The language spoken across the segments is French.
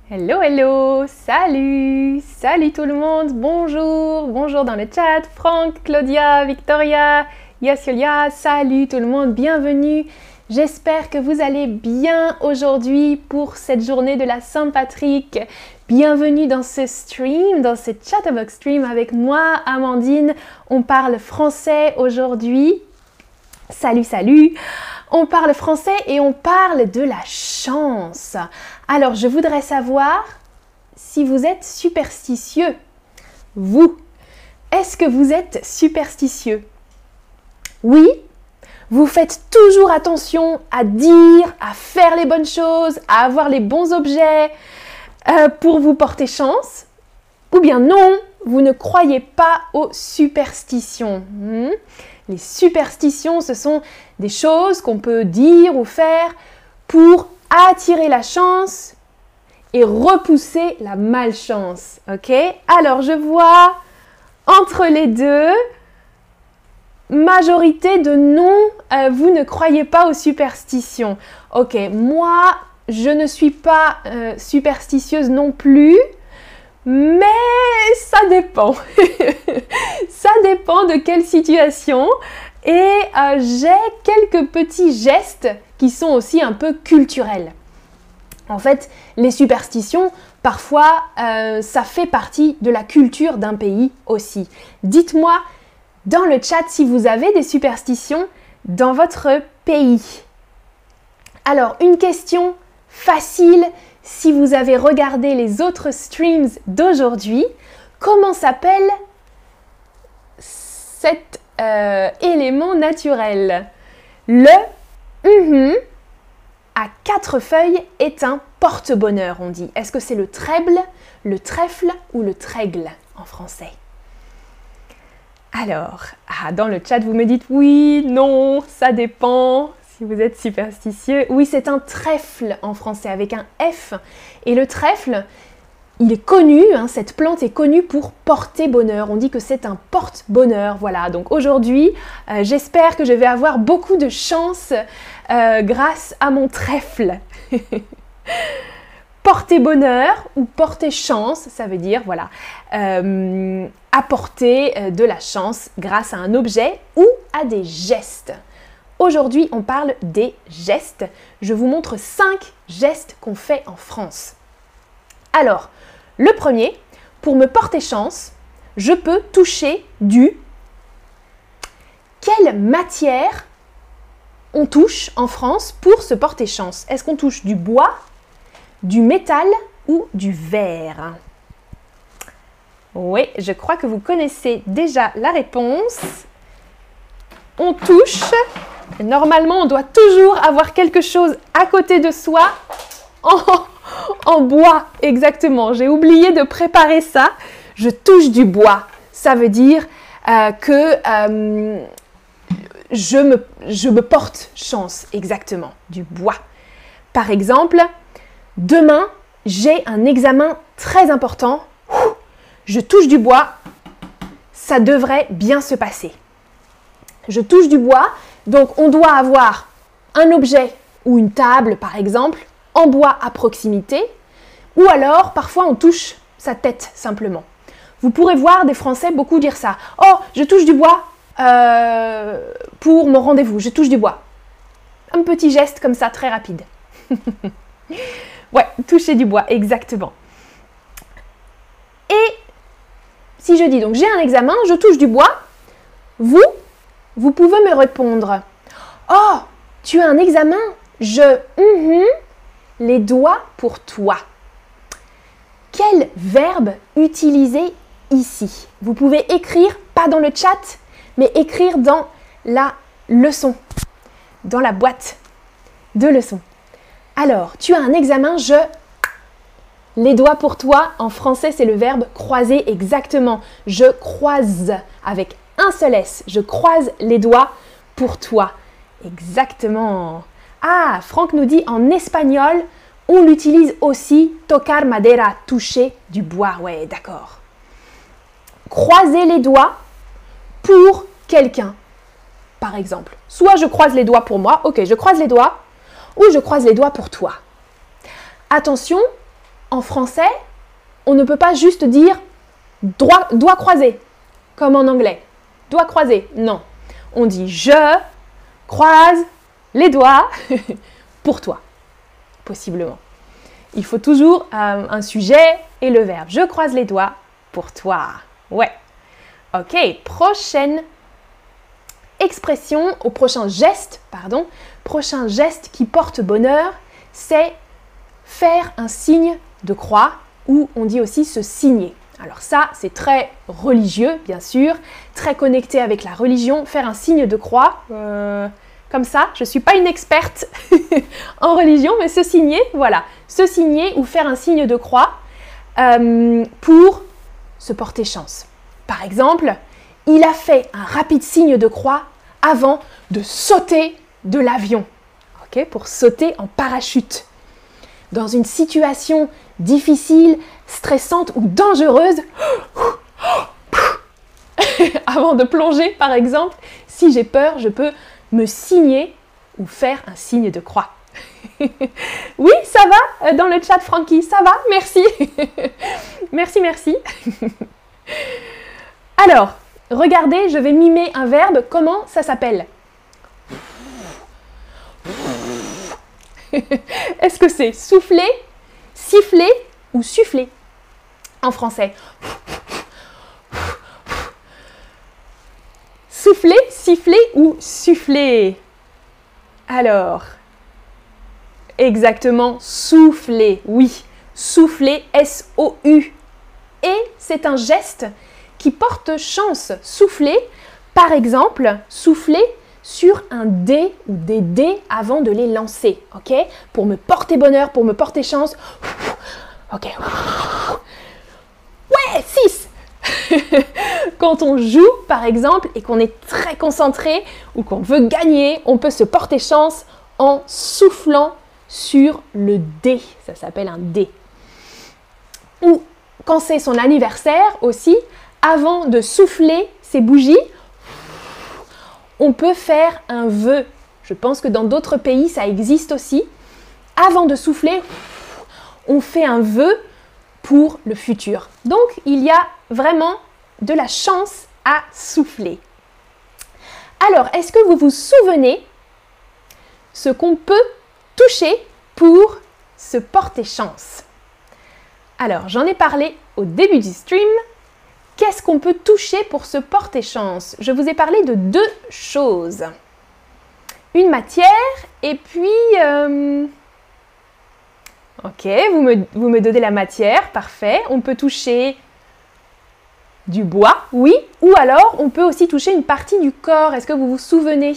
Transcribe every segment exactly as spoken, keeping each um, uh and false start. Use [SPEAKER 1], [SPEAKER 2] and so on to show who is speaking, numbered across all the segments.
[SPEAKER 1] Hello, hello, salut, salut tout le monde, bonjour, bonjour dans le chat, Franck, Claudia, Victoria, Yasiolia, salut tout le monde, bienvenue. J'espère que vous allez bien aujourd'hui pour cette journée de la Saint-Patrick. Bienvenue dans ce stream, dans ce Chatterbox stream avec moi, Amandine. On parle français aujourd'hui. Salut, salut. On parle français et on parle de la chance. Alors, je voudrais savoir si vous êtes superstitieux. Vous, est-ce que vous êtes superstitieux? Oui? Vous faites toujours attention à dire, à faire les bonnes choses, à avoir les bons objets euh, pour vous porter chance? Ou bien non, vous ne croyez pas aux superstitions. Hmm? Les superstitions, ce sont des choses qu'on peut dire ou faire pour attirer la chance et repousser la malchance. Ok? Alors, je vois entre les deux, majorité de non, euh, vous ne croyez pas aux superstitions. Ok, moi, je ne suis pas euh, superstitieuse non plus. Mais ça dépend. Ça dépend de quelle situation. Et euh, j'ai quelques petits gestes qui sont aussi un peu culturels. En fait, les superstitions, parfois, euh, ça fait partie de la culture d'un pays aussi. Dites-moi dans le chat si vous avez des superstitions dans votre pays. Alors, une question facile. Si vous avez regardé les autres streams d'aujourd'hui, comment s'appelle cet euh, élément naturel? Le mm-hmm à quatre feuilles est un porte-bonheur, on dit. Est-ce que c'est le trèble, le trèfle ou le trègle en français? Alors, ah, dans le chat, vous me dites oui, non, ça dépend. Si vous êtes superstitieux, oui, c'est un trèfle en français avec un F. Et le trèfle, il est connu, hein, cette plante est connue pour porter bonheur. On dit que c'est un porte-bonheur. Voilà, donc aujourd'hui, euh, j'espère que je vais avoir beaucoup de chance euh, grâce à mon trèfle. Porter bonheur ou porter chance, ça veut dire, voilà, euh, apporter euh, de la chance grâce à un objet ou à des gestes. Aujourd'hui, on parle des gestes. Je vous montre cinq gestes qu'on fait en France. Alors, le premier, pour me porter chance, je peux toucher du... Quelle matière on touche en France pour se porter chance? Est-ce qu'on touche du bois, du métal ou du verre? Oui, je crois que vous connaissez déjà la réponse. On touche... Normalement, on doit toujours avoir quelque chose à côté de soi en, en bois. Exactement, j'ai oublié de préparer ça. Je touche du bois. Ça veut dire euh, que euh, je, me, je me porte chance. Exactement, du bois. Par exemple, demain, j'ai un examen très important. Je touche du bois. Ça devrait bien se passer. Je touche du bois. Donc, on doit avoir un objet ou une table, par exemple, en bois à proximité. Ou alors, parfois, on touche sa tête, simplement. Vous pourrez voir des Français beaucoup dire ça. « Oh, je touche du bois euh, pour mon rendez-vous. Je touche du bois. » Un petit geste comme ça, très rapide. Ouais, toucher du bois, exactement. Et si je dis, donc, j'ai un examen, je touche du bois, vous... Vous pouvez me répondre « Oh, tu as un examen, je mm-hmm, les doigts pour toi. » Quel verbe utiliser ici? Vous pouvez écrire, pas dans le chat, mais écrire dans la leçon, dans la boîte de leçons. Alors, tu as un examen, je les doigts pour toi. En français, c'est le verbe croiser exactement. Je croise avec un seul S, je croise les doigts pour toi. Exactement. Ah, Franck nous dit en espagnol, on l'utilise aussi, tocar madera, toucher du bois. Ouais, d'accord. Croiser les doigts pour quelqu'un, par exemple. Soit je croise les doigts pour moi, ok, je croise les doigts, ou je croise les doigts pour toi. Attention, En français, on ne peut pas juste dire droit, doigt croisé, comme en anglais. Doigt croisé, non. On dit je croise les doigts pour toi, possiblement. Il faut toujours euh, un sujet et le verbe. Je croise les doigts pour toi. Ouais. Ok, prochaine expression, au prochain geste, pardon, prochain geste qui porte bonheur, c'est faire un signe de croix, ou on dit aussi se signer. Alors ça, c'est très religieux, bien sûr, très connecté avec la religion. Faire un signe de croix, euh, comme ça, je ne suis pas une experte en religion, mais se signer, voilà. Se signer ou faire un signe de croix euh, pour se porter chance. Par exemple, il a fait un rapide signe de croix avant de sauter de l'avion, okay, pour sauter en parachute. Dans une situation difficile, stressante ou dangereuse, avant de plonger par exemple, si j'ai peur, je peux me signer ou faire un signe de croix. Oui, ça va dans le chat, Francky, ça va, merci. Merci, merci. Alors, regardez, je vais mimer un verbe, comment ça s'appelle? Est-ce que c'est souffler, siffler ou suffler en français? Souffler, siffler ou suffler? Alors, exactement, souffler, oui, souffler, S O U. Et c'est un geste qui porte chance. Souffler, par exemple, souffler sur un dé ou des dés avant de les lancer, ok? Pour me porter bonheur, pour me porter chance. Ok. Ouais, six. Quand on joue, par exemple, et qu'on est très concentré ou qu'on veut gagner, on peut se porter chance en soufflant sur le dé. Ça s'appelle un dé. Ou quand c'est son anniversaire aussi, avant de souffler ses bougies, on peut faire un vœu. Je pense que dans d'autres pays, ça existe aussi. Avant de souffler, on fait un vœu pour le futur. Donc, il y a vraiment de la chance à souffler. Alors, est-ce que vous vous souvenez ce qu'on peut toucher pour se porter chance? Alors, j'en ai parlé au début du stream. Qu'est-ce qu'on peut toucher pour se porter chance? Je vous ai parlé de deux choses. Une matière et puis... Euh... Ok, vous me, vous me donnez la matière, parfait. On peut toucher du bois, oui. Ou alors, on peut aussi toucher une partie du corps. Est-ce que vous vous souvenez?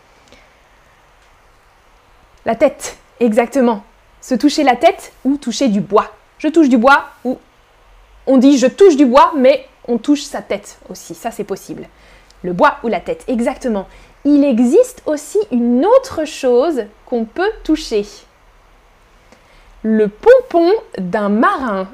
[SPEAKER 1] La tête, exactement. Se toucher la tête ou toucher du bois. Je touche du bois ou on dit je touche du bois, mais on touche sa tête aussi. Ça, c'est possible. Le bois ou la tête, exactement. Il existe aussi une autre chose qu'on peut toucher. Le pompon d'un marin.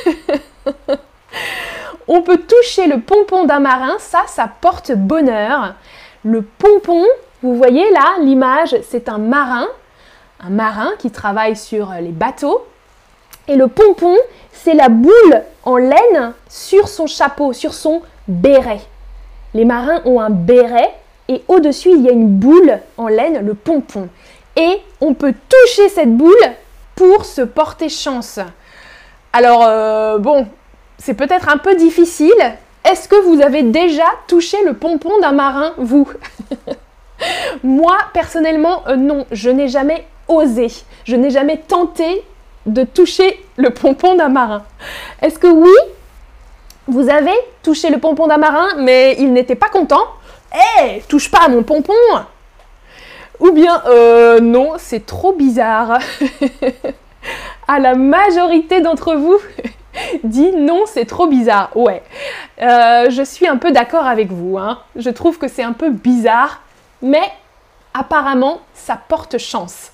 [SPEAKER 1] On peut toucher le pompon d'un marin, ça, ça porte bonheur. Le pompon, vous voyez là, l'image, c'est un marin, un marin qui travaille sur les bateaux. Et le pompon, c'est la boule en laine sur son chapeau, sur son béret. Les marins ont un béret et au-dessus, il y a une boule en laine, le pompon. Et on peut toucher cette boule pour se porter chance. Alors, euh, bon, c'est peut-être un peu difficile. Est-ce que vous avez déjà touché le pompon d'un marin, vous? Moi, personnellement, euh, non, je n'ai jamais osé. Je n'ai jamais tenté de toucher le pompon d'un marin. Est-ce que oui, vous avez touché le pompon d'un marin, mais il n'était pas content? Eh, hey, touche pas à mon pompon! Ou bien, euh, non, c'est trop bizarre. À la majorité d'entre vous, dit non, c'est trop bizarre. Ouais, euh, je suis un peu d'accord avec vous. Hein. Je trouve que c'est un peu bizarre, mais apparemment, ça porte chance.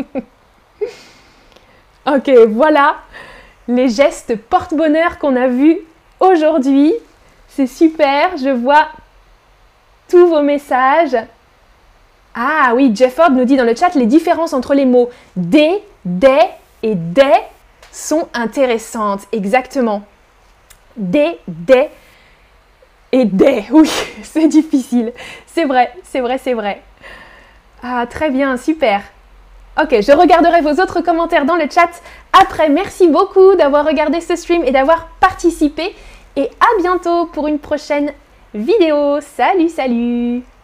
[SPEAKER 1] Ok, voilà les gestes porte-bonheur qu'on a vus aujourd'hui. C'est super, je vois tous vos messages. Ah oui, Jefford nous dit dans le chat les différences entre les mots des, des et des sont intéressantes. Exactement. Des, des et des. Oui, c'est difficile. C'est vrai, c'est vrai, c'est vrai. Ah, très bien, super. Ok, je regarderai vos autres commentaires dans le chat après. Merci beaucoup d'avoir regardé ce stream et d'avoir participé. Et à bientôt pour une prochaine vidéo. Salut, salut!